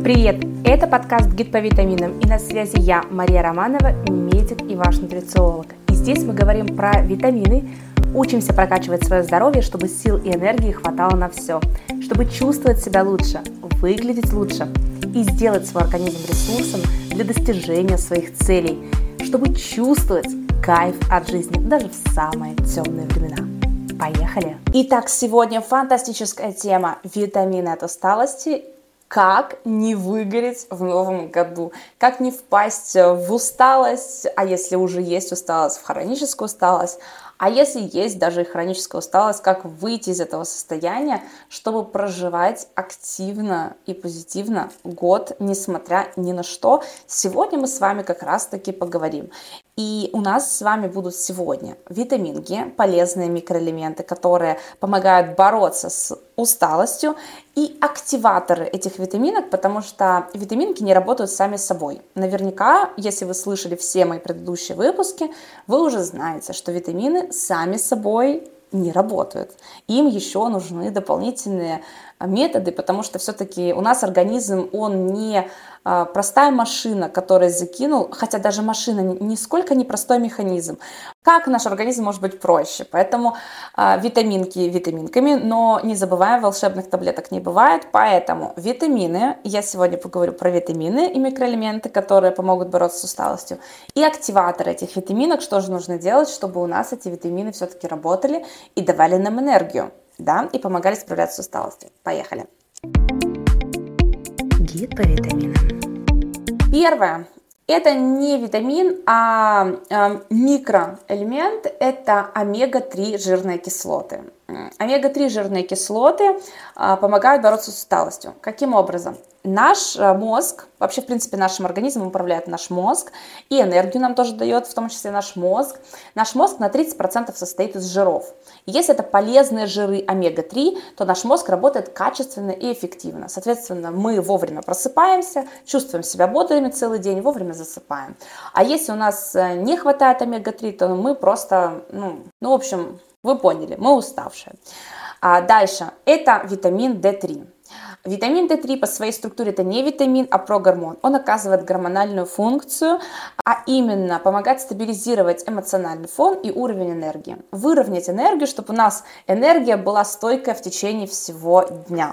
Привет! Это подкаст «Гид по витаминам», и на связи я, Мария Романова, медик и ваш нутрициолог. И здесь мы говорим про витамины, учимся прокачивать свое здоровье, чтобы сил и энергии хватало на все, чтобы чувствовать себя лучше, выглядеть лучше и сделать свой организм ресурсом для достижения своих целей, чтобы чувствовать кайф от жизни даже в самые темные времена. Поехали! Итак, сегодня фантастическая тема – витамины от усталости. Как не выгореть в новом году? Как не впасть в усталость, а если уже есть усталость, в хроническую усталость? А если есть даже и хроническая усталость, как выйти из этого состояния, чтобы проживать активно и позитивно год, несмотря ни на что? Сегодня мы с вами как раз-таки поговорим. И у нас с вами будут сегодня витаминки, полезные микроэлементы, которые помогают бороться с усталостью, и активаторы этих витаминок, потому что витаминки не работают сами собой. Наверняка, если вы слышали все мои предыдущие выпуски, вы уже знаете, что витамины сами собой не работают. Им еще нужны дополнительные методы, потому что все-таки у нас организм, он не простая машина, которая закинул, хотя даже машина нисколько не простой механизм. Как наш организм может быть проще? Поэтому витаминки витаминками, но не забываем, волшебных таблеток не бывает, поэтому витамины, я сегодня поговорю про витамины и микроэлементы, которые помогут бороться с усталостью, и активаторы этих витаминок, что же нужно делать, чтобы у нас эти витамины все-таки работали и давали нам энергию, да, и помогали справляться с усталостью. Поехали! Гид по витаминам. Первое. Это не витамин, а микроэлемент. Это омега-3 жирные кислоты. Омега-3 жирные кислоты помогают бороться с усталостью. Каким образом? Наш мозг, вообще, в принципе, нашим организмом управляет наш мозг, и энергию нам тоже дает, в том числе наш мозг. Наш мозг на 30% состоит из жиров. И если это полезные жиры омега-3, то наш мозг работает качественно и эффективно. Соответственно, мы вовремя просыпаемся, чувствуем себя бодрыми целый день, вовремя засыпаем. А если у нас не хватает омега-3, то мы просто, в общем, вы поняли, мы уставшие. Дальше, это витамин D3. Витамин D3 по своей структуре это не витамин, а прогормон. Он оказывает гормональную функцию, а именно помогает стабилизировать эмоциональный фон и уровень энергии. Выровнять энергию, чтобы у нас энергия была стойкая в течение всего дня.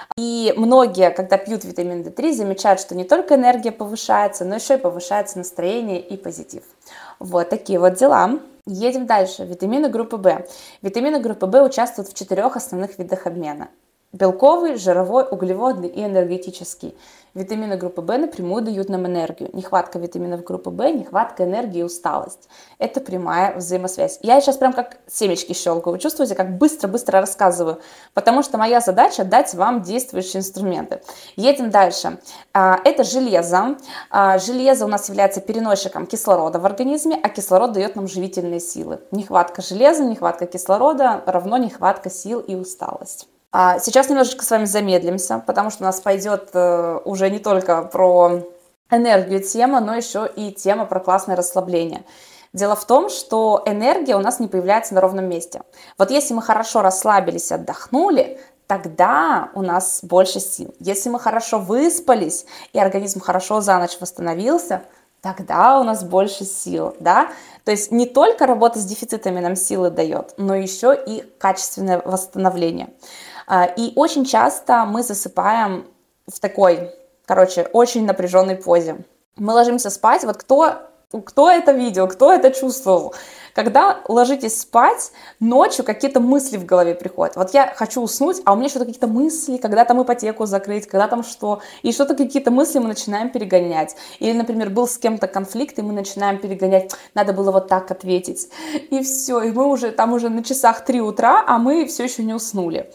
И многие, когда пьют витамин D3, замечают, что не только энергия повышается, но еще и повышается настроение и позитив. Вот такие вот дела. Едем дальше. Витамины группы В. Витамины группы В участвуют в 4 основных видах обмена. Белковый, жировой, углеводный и энергетический. Витамины группы В напрямую дают нам энергию. Нехватка витаминов группы В, нехватка энергии и усталость. Это прямая взаимосвязь. Я сейчас прям как семечки щелкаю. Вы чувствуете, как быстро-быстро рассказываю? Потому что моя задача дать вам действующие инструменты. Едем дальше. Это железо. Железо у нас является переносчиком кислорода в организме, а кислород дает нам живительные силы. Нехватка железа, нехватка кислорода равно нехватка сил и усталость. Сейчас немножечко с вами замедлимся, потому что у нас пойдет уже не только про энергию тема, но еще и тема про классное расслабление. Дело в том, что энергия у нас не появляется на ровном месте. Вот если мы хорошо расслабились, отдохнули, тогда у нас больше сил. Если мы хорошо выспались и организм хорошо за ночь восстановился, тогда у нас больше сил, да? То есть не только работа с дефицитами нам силы дает, но еще и качественное восстановление. И очень часто мы засыпаем в такой, очень напряженной позе. Мы ложимся спать, вот кто это видел, кто это чувствовал? Когда ложитесь спать, ночью какие-то мысли в голове приходят. Вот я хочу уснуть, а у меня что-то какие-то мысли, когда там ипотеку закрыть, когда там что. И что-то какие-то мысли мы начинаем перегонять. Или, например, был с кем-то конфликт, и мы начинаем перегонять, надо было вот так ответить. И все, и мы уже на часах 3 утра, а мы все еще не уснули.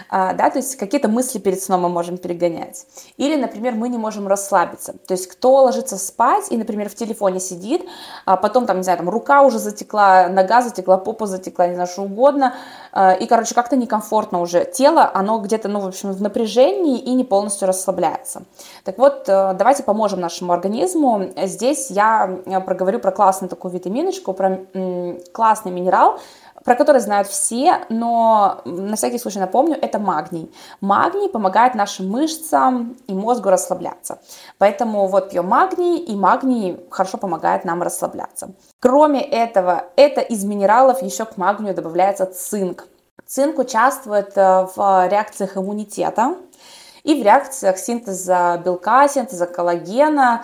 То есть какие-то мысли перед сном мы можем перегонять. Или, например, мы не можем расслабиться. То есть кто ложится спать и, например, в телефоне сидит, а потом рука уже затекла, нога затекла, попа затекла, не знаю, что угодно, и, как-то некомфортно уже. Тело, оно где-то, в напряжении и не полностью расслабляется. Так вот, давайте поможем нашему организму. Здесь я проговорю про классную такую витаминочку, про классный минерал, про который знают все, но на всякий случай напомню, это магний. Магний помогает нашим мышцам и мозгу расслабляться. Поэтому вот пьем магний, и магний хорошо помогает нам расслабляться. Кроме этого, это из минералов еще к магнию добавляется цинк. Цинк участвует в реакциях иммунитета и в реакциях синтеза белка, синтеза коллагена.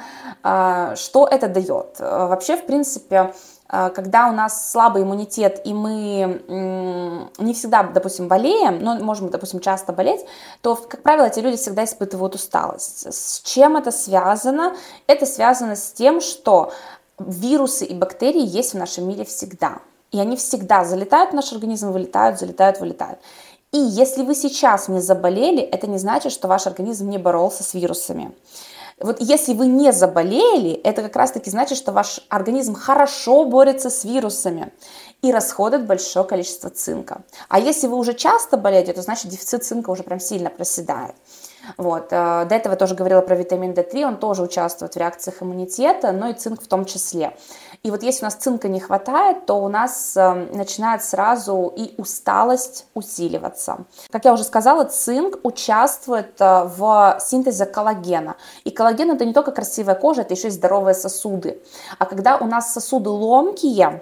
Что это дает? Вообще, в принципе, когда у нас слабый иммунитет, и мы не всегда, допустим, болеем, но можем, допустим, часто болеть, то, как правило, эти люди всегда испытывают усталость. С чем это связано? Это связано с тем, что вирусы и бактерии есть в нашем мире всегда. И они всегда залетают в наш организм, вылетают, залетают, вылетают. И если вы сейчас не заболели, это не значит, что ваш организм не боролся с вирусами. Вот если вы не заболели, это как раз-таки значит, что ваш организм хорошо борется с вирусами и расходует большое количество цинка. А если вы уже часто болеете, то значит дефицит цинка уже прям сильно проседает. Вот. До этого я тоже говорила про витамин D3, он тоже участвует в реакциях иммунитета, но и цинк в том числе. И вот если у нас цинка не хватает, то у нас начинает сразу и усталость усиливаться. Как я уже сказала, цинк участвует в синтезе коллагена. И коллаген — это не только красивая кожа, это еще и здоровые сосуды. А когда у нас сосуды ломкие,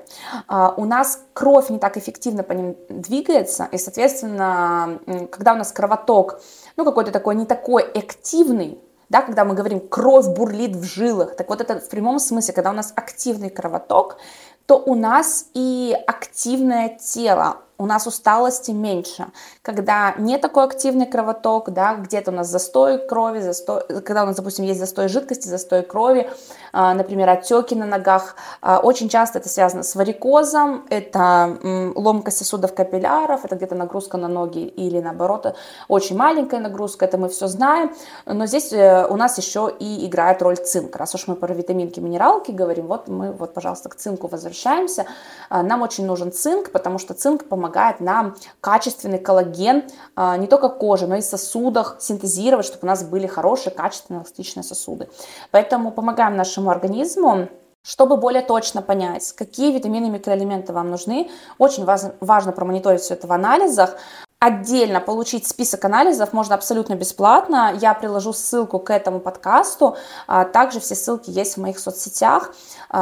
у нас кровь не так эффективно по ним двигается, и, соответственно, когда у нас кровоток, какой-то такой не такой активный, да, когда мы говорим «кровь бурлит в жилах», так вот это в прямом смысле, когда у нас активный кровоток, то у нас и активное тело, у нас усталости меньше. Когда не такой активный кровоток, да, где-то у нас застой крови, когда у нас, допустим, есть застой жидкости, застой крови, например, отеки на ногах, очень часто это связано с варикозом, это ломкость сосудов капилляров, это где-то нагрузка на ноги или наоборот очень маленькая нагрузка, это мы все знаем, но здесь у нас еще и играет роль цинк. Раз уж мы про витаминки, минералки говорим, вот мы, пожалуйста, к цинку возвращаемся. Нам очень нужен цинк, потому что цинк помогает нам качественный коллаген не только в коже, но и в сосудах синтезировать, чтобы у нас были хорошие, качественные, эластичные сосуды. Поэтому помогаем нашему организму. Чтобы более точно понять, какие витамины и микроэлементы вам нужны, очень важно промониторить все это в анализах. Отдельно получить список анализов можно абсолютно бесплатно. Я приложу ссылку к этому подкасту. Также все ссылки есть в моих соцсетях.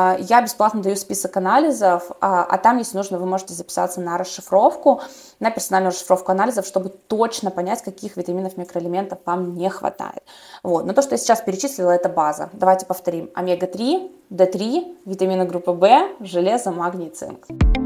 Я бесплатно даю список анализов, а там, если нужно, вы можете записаться на расшифровку, на персональную расшифровку анализов, чтобы точно понять, каких витаминов, микроэлементов вам не хватает. Вот. Но то, что я сейчас перечислила, это база. Давайте повторим. Омега-3, D3, витамины группы В, железо, магний, цинк.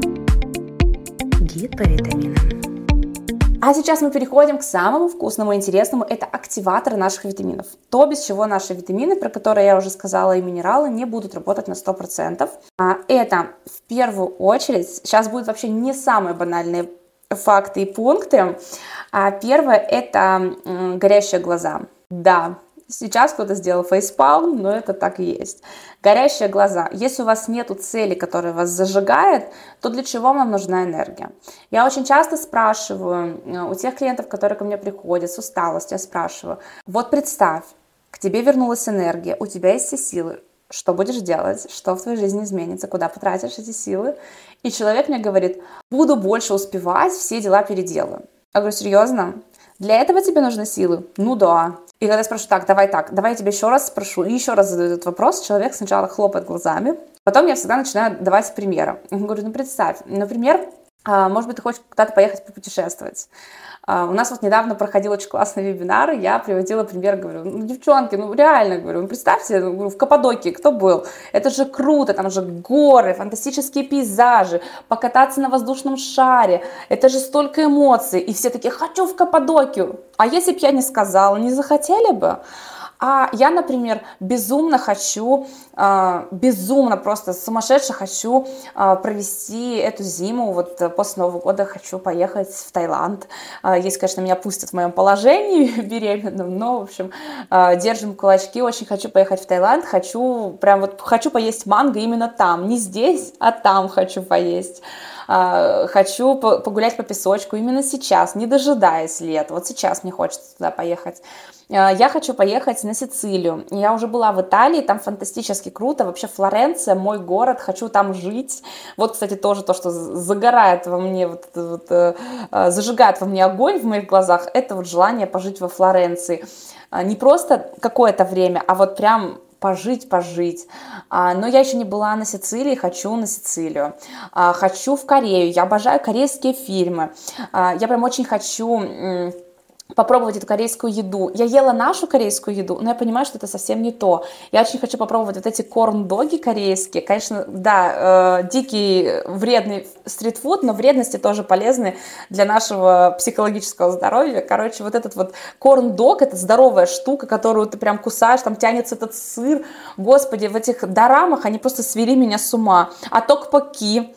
Гид по витаминам. А сейчас мы переходим к самому вкусному и интересному. Это активаторы наших витаминов. То, без чего наши витамины, про которые я уже сказала, и минералы, не будут работать на 100%. Это в первую очередь, сейчас будут вообще не самые банальные факты и пункты. Первое — это горящие глаза. Да. Сейчас кто-то сделал фейспалм, но это так и есть. Горящие глаза. Если у вас нету цели, которая вас зажигает, то для чего вам нужна энергия? Я очень часто спрашиваю у тех клиентов, которые ко мне приходят с усталостью, я спрашиваю: вот представь, к тебе вернулась энергия, у тебя есть все силы. Что будешь делать? Что в твоей жизни изменится? Куда потратишь эти силы? И человек мне говорит: буду больше успевать, все дела переделаю. Я говорю: серьезно? Для этого тебе нужны силы? Ну да. И когда я спрашиваю: давай я тебя еще раз спрошу, и еще раз задаю этот вопрос, человек сначала хлопает глазами, потом я всегда начинаю давать примеры. Я говорю: представь, например, может быть, ты хочешь куда-то поехать попутешествовать. У нас недавно проходил очень классный вебинар, и я приводила пример, говорю: девчонки, реально, говорю, представьте, в Каппадокии кто был? Это же круто, там же горы, фантастические пейзажи, покататься на воздушном шаре, это же столько эмоций, и все такие: хочу в Каппадокию. А если бы я не сказала, не захотели бы? А я, например, безумно хочу, безумно просто сумасшедше хочу провести эту зиму, после Нового года хочу поехать в Таиланд. Если, конечно, меня пустят в моем положении беременном, но, в общем, держим кулачки, очень хочу поехать в Таиланд, хочу поесть манго именно там, не здесь, а там хочу поесть. Хочу погулять по песочку именно сейчас, не дожидаясь лета. Вот сейчас мне хочется туда поехать. Я хочу поехать на Сицилию. Я уже была в Италии, там фантастически круто. Вообще Флоренция, мой город, хочу там жить. Вот, кстати, тоже то, что загорает во мне, зажигает во мне огонь в моих глазах, это вот желание пожить во Флоренции. Не просто какое-то время, а вот прям пожить. Но я еще не была на Сицилии, хочу на Сицилию. Хочу в Корею, я обожаю корейские фильмы. Я прям очень хочу попробовать эту корейскую еду. Я ела нашу корейскую еду, но я понимаю, что это совсем не то. Я очень хочу попробовать вот эти корн-доги корейские. Конечно, да, дикий, вредный стритфуд, но вредности тоже полезны для нашего психологического здоровья. Короче, вот этот вот корн-дог, это здоровая штука, которую ты прям кусаешь, там тянется этот сыр. Господи, в этих дорамах они просто свели меня с ума. А токпоки,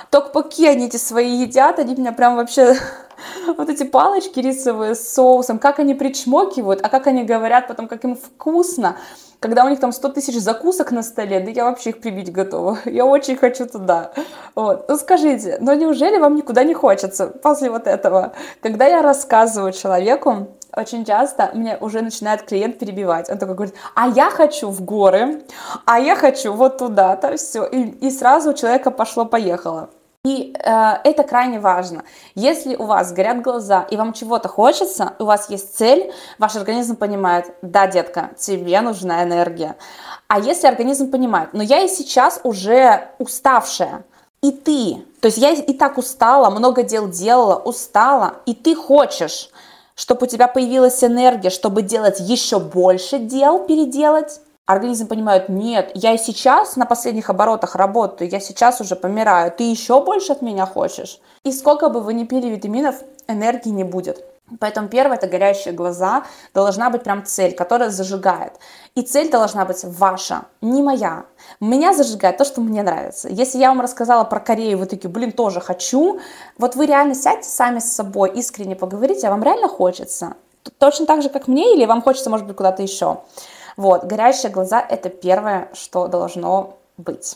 они эти свои едят, они меня прям вообще... Вот эти палочки рисовые с соусом, как они причмокивают, а как они говорят потом, как им вкусно, когда у них там 100 тысяч закусок на столе, да я вообще их прибить готова, я очень хочу туда. Вот. Ну скажите, но неужели вам никуда не хочется после вот этого? Когда я рассказываю человеку, очень часто мне уже начинает клиент перебивать. Он такой говорит, а я хочу в горы, а я хочу вот туда-то, все. И сразу у человека пошло-поехало. И это крайне важно. Если у вас горят глаза и вам чего-то хочется, у вас есть цель, ваш организм понимает, да, детка, тебе нужна энергия. А если организм понимает, но я и сейчас уже уставшая, и ты, то есть я и так устала, много дел делала, устала, и ты хочешь, чтобы у тебя появилась энергия, чтобы делать еще больше дел, переделать, организм понимает, нет, я и сейчас на последних оборотах работаю, я сейчас уже помираю, ты еще больше от меня хочешь? И сколько бы вы ни пили витаминов, энергии не будет. Поэтому первое, это горящие глаза, должна быть прям цель, которая зажигает. И цель должна быть ваша, не моя. Меня зажигает то, что мне нравится. Если я вам рассказала про Корею, вы такие, блин, тоже хочу, вот вы реально сядьте сами с собой, искренне поговорите, а вам реально хочется? Точно так же, как мне, или вам хочется, может быть, куда-то еще? Вот, горящие глаза – это первое, что должно быть.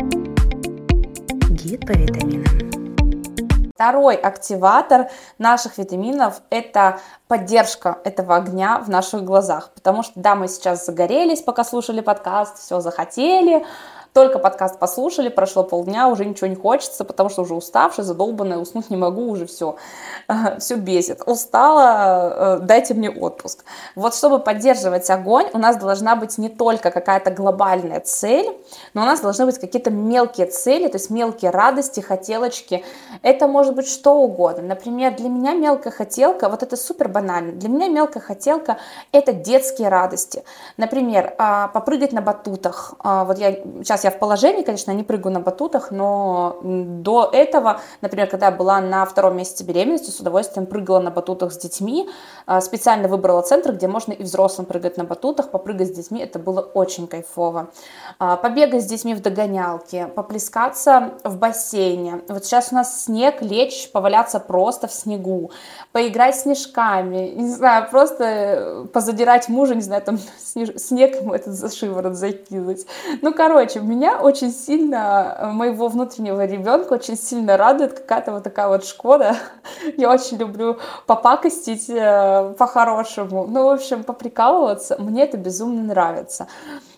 Гид по витаминам. Второй активатор наших витаминов – это поддержка этого огня в наших глазах. Потому что, да, мы сейчас загорелись, пока слушали подкаст, все захотели, только подкаст послушали, прошло полдня, уже ничего не хочется, потому что уже уставшая, задолбанная, уснуть не могу, уже все бесит. Устала, дайте мне отпуск. Вот чтобы поддерживать огонь, у нас должна быть не только какая-то глобальная цель, но у нас должны быть какие-то мелкие цели, то есть мелкие радости, хотелочки. Это может быть что угодно. Например, для меня мелкая хотелка, вот это супер банально, для меня мелкая хотелка – это детские радости. Например, попрыгать на батутах. Вот сейчас я в положении, конечно, не прыгаю на батутах, но до этого, например, когда я была на 2-м месяце беременности, с удовольствием прыгала на батутах с детьми, специально выбрала центр, где можно и взрослым прыгать на батутах, попрыгать с детьми, это было очень кайфово. Побегать с детьми в догонялке, поплескаться в бассейне. Вот сейчас у нас снег, лечь, поваляться просто в снегу, поиграть снежками, не знаю, просто позадирать мужа, не знаю, там снег ему этот за шиворот закинуть. Ну, короче, меня очень сильно, моего внутреннего ребенка очень сильно радует какая-то вот такая вот Шкода. Я очень люблю попакостить по-хорошему. Ну, в общем, поприкалываться, мне это безумно нравится.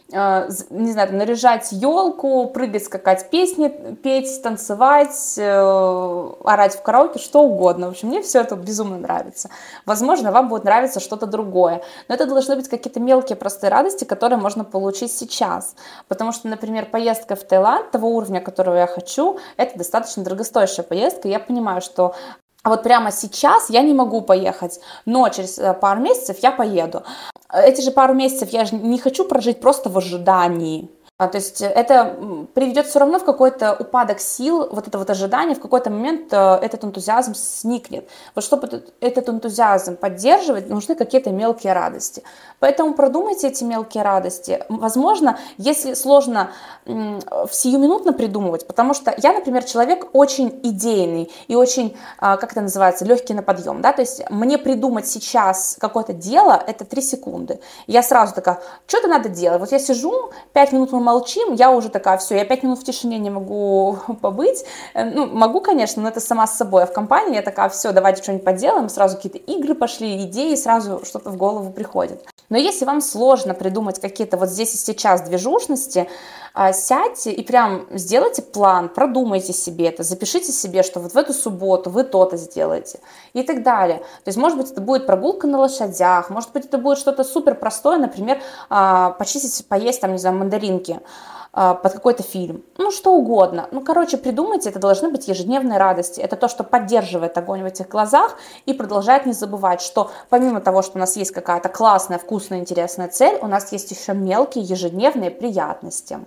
Не знаю, наряжать елку, прыгать, скакать, песни петь, танцевать, орать в караоке, что угодно. В общем, мне все это безумно нравится. Возможно, вам будет нравиться что-то другое. Но это должны быть какие-то мелкие простые радости, которые можно получить сейчас. Потому что, например, поездка в Таиланд того уровня, которого я хочу, это достаточно дорогостоящая поездка. Я понимаю, что вот прямо сейчас я не могу поехать, но через пару месяцев я поеду. Эти же пару месяцев я же не хочу прожить просто в ожидании. То есть это приведет все равно в какой-то упадок сил, вот это вот ожидание, в какой-то момент этот энтузиазм сникнет. Вот чтобы этот энтузиазм поддерживать, нужны какие-то мелкие радости. Поэтому продумайте эти мелкие радости. Возможно, если сложно сиюминутно придумывать, потому что я, например, человек очень идейный и очень, как это называется, легкий на подъем, да, то есть мне придумать сейчас какое-то дело, это 3 секунды. Я сразу такая, что-то надо делать. Вот я сижу, 5 минут в молчим, я уже такая, все, я 5 минут в тишине не могу побыть. Ну, могу, конечно, но это сама с собой. А в компании я такая, все, давайте что-нибудь поделаем, сразу какие-то игры пошли, идеи, сразу что-то в голову приходит. Но если вам сложно придумать какие-то вот здесь и сейчас движушности, сядьте и прям сделайте план, продумайте себе это, запишите себе, что вот в эту субботу вы то-то сделаете и так далее. То есть, может быть, это будет прогулка на лошадях, может быть, это будет что-то супер простое, например, почистить, поесть там, не знаю, мандаринки под какой-то фильм, ну, что угодно. Ну, короче, придумайте, это должны быть ежедневные радости. Это то, что поддерживает огонь в этих глазах и продолжает не забывать, что помимо того, что у нас есть какая-то классная, вкусная, интересная цель, у нас есть еще мелкие ежедневные приятности.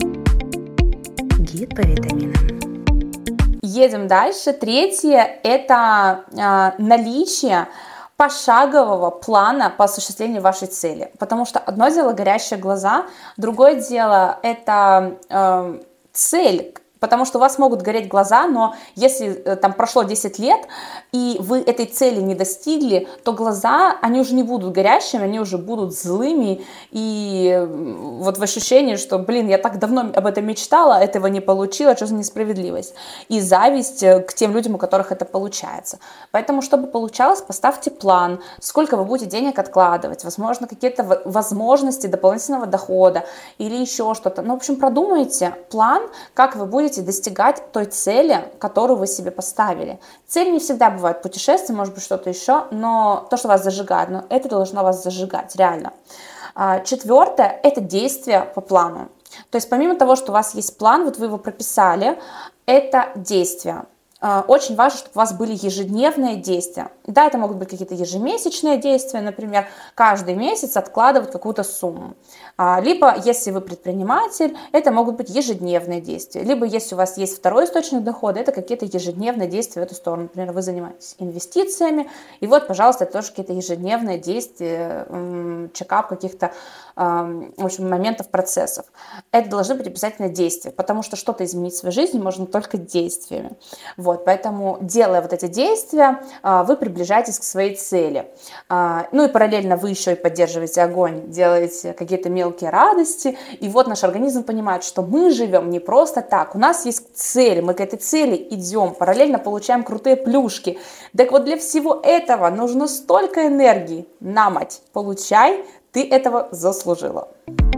Гид по витаминам. Едем дальше. Третье – это наличие пошагового плана по осуществлению вашей цели. Потому что одно дело горящие глаза, другое дело это цель. Потому что у вас могут гореть глаза, но если там прошло 10 лет, и вы этой цели не достигли, то глаза, они уже не будут горящими, они уже будут злыми, и вот в ощущении, что, блин, я так давно об этом мечтала, этого не получила, что за несправедливость. И зависть к тем людям, у которых это получается. Поэтому, чтобы получалось, поставьте план, сколько вы будете денег откладывать, возможно, какие-то возможности дополнительного дохода или еще что-то. Ну, в общем, продумайте план, как вы будете достигать той цели, которую вы себе поставили. Цель не всегда бывает путешествие, может быть что-то еще, но то, что вас зажигает, но это должно вас зажигать, реально. Четвертое – это действие по плану. То есть помимо того, что у вас есть план, вот вы его прописали, это действие. Очень важно, чтобы у вас были ежедневные действия. Да, это могут быть какие-то ежемесячные действия, например, каждый месяц откладывать какую-то сумму. Либо, если вы предприниматель, это могут быть ежедневные действия. Либо, если у вас есть второй источник дохода, это какие-то ежедневные действия в эту сторону. Например, вы занимаетесь инвестициями, и вот, пожалуйста, это тоже какие-то ежедневные действия, чекап каких-то, в общем, моментов, процессов. Это должны быть обязательно действия, потому что что-то изменить в своей жизни можно только действиями. Вот, поэтому, делая вот эти действия, вы приближаетесь к своей цели. Ну и параллельно вы еще и поддерживаете огонь, делаете какие-то мелкие радости. И вот наш организм понимает, что мы живем не просто так. У нас есть цель, мы к этой цели идем, параллельно получаем крутые плюшки. Так вот, для всего этого нужно столько энергии. На мать, получай, ты этого заслужила.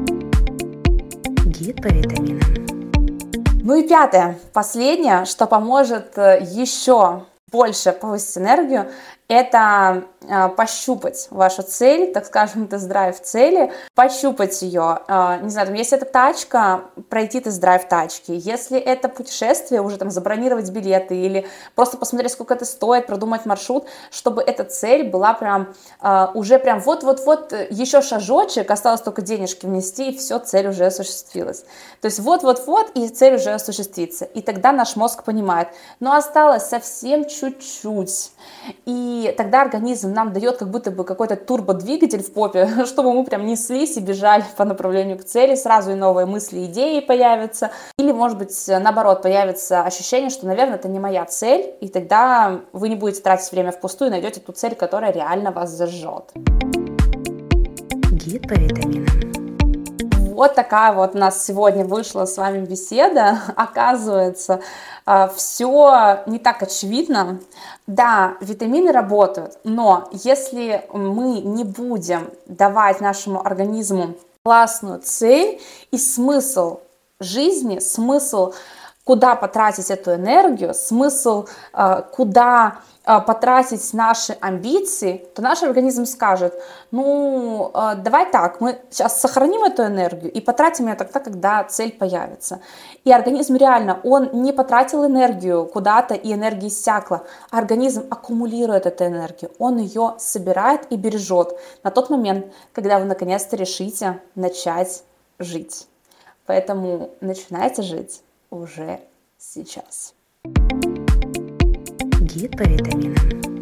Гид по витаминам. Ну и пятое, последнее, что поможет еще больше повысить энергию, это пощупать вашу цель, так скажем, тест-драйв цели, пощупать ее. Не знаю, там, если это тачка, пройти тест-драйв тачки. Если это путешествие, уже там забронировать билеты или просто посмотреть, сколько это стоит, продумать маршрут, чтобы эта цель была прям уже прям вот-вот-вот, еще шажочек, осталось только денежки внести, и все, цель уже осуществилась. То есть вот-вот-вот, и цель уже осуществится. И тогда наш мозг понимает, но осталось совсем чуть-чуть. И тогда организм нам дает как будто бы какой-то турбодвигатель в попе, чтобы мы прям неслись и бежали по направлению к цели, сразу и новые мысли, идеи появятся. Или, может быть, наоборот, появится ощущение, что, наверное, это не моя цель, и тогда вы не будете тратить время впустую и найдете ту цель, которая реально вас зажжет. Гид по витаминам. Вот такая вот у нас сегодня вышла с вами беседа. Оказывается, все не так очевидно. Да, витамины работают, но если мы не будем давать нашему организму классную цель и смысл жизни, смысл, куда потратить эту энергию, смысл, куда потратить наши амбиции, то наш организм скажет, ну, давай так, мы сейчас сохраним эту энергию и потратим ее тогда, когда цель появится. И организм реально, он не потратил энергию куда-то, и энергия иссякла. Организм аккумулирует эту энергию, он ее собирает и бережет на тот момент, когда вы наконец-то решите начать жить. Поэтому начинайте жить уже сейчас. Гид по витаминам.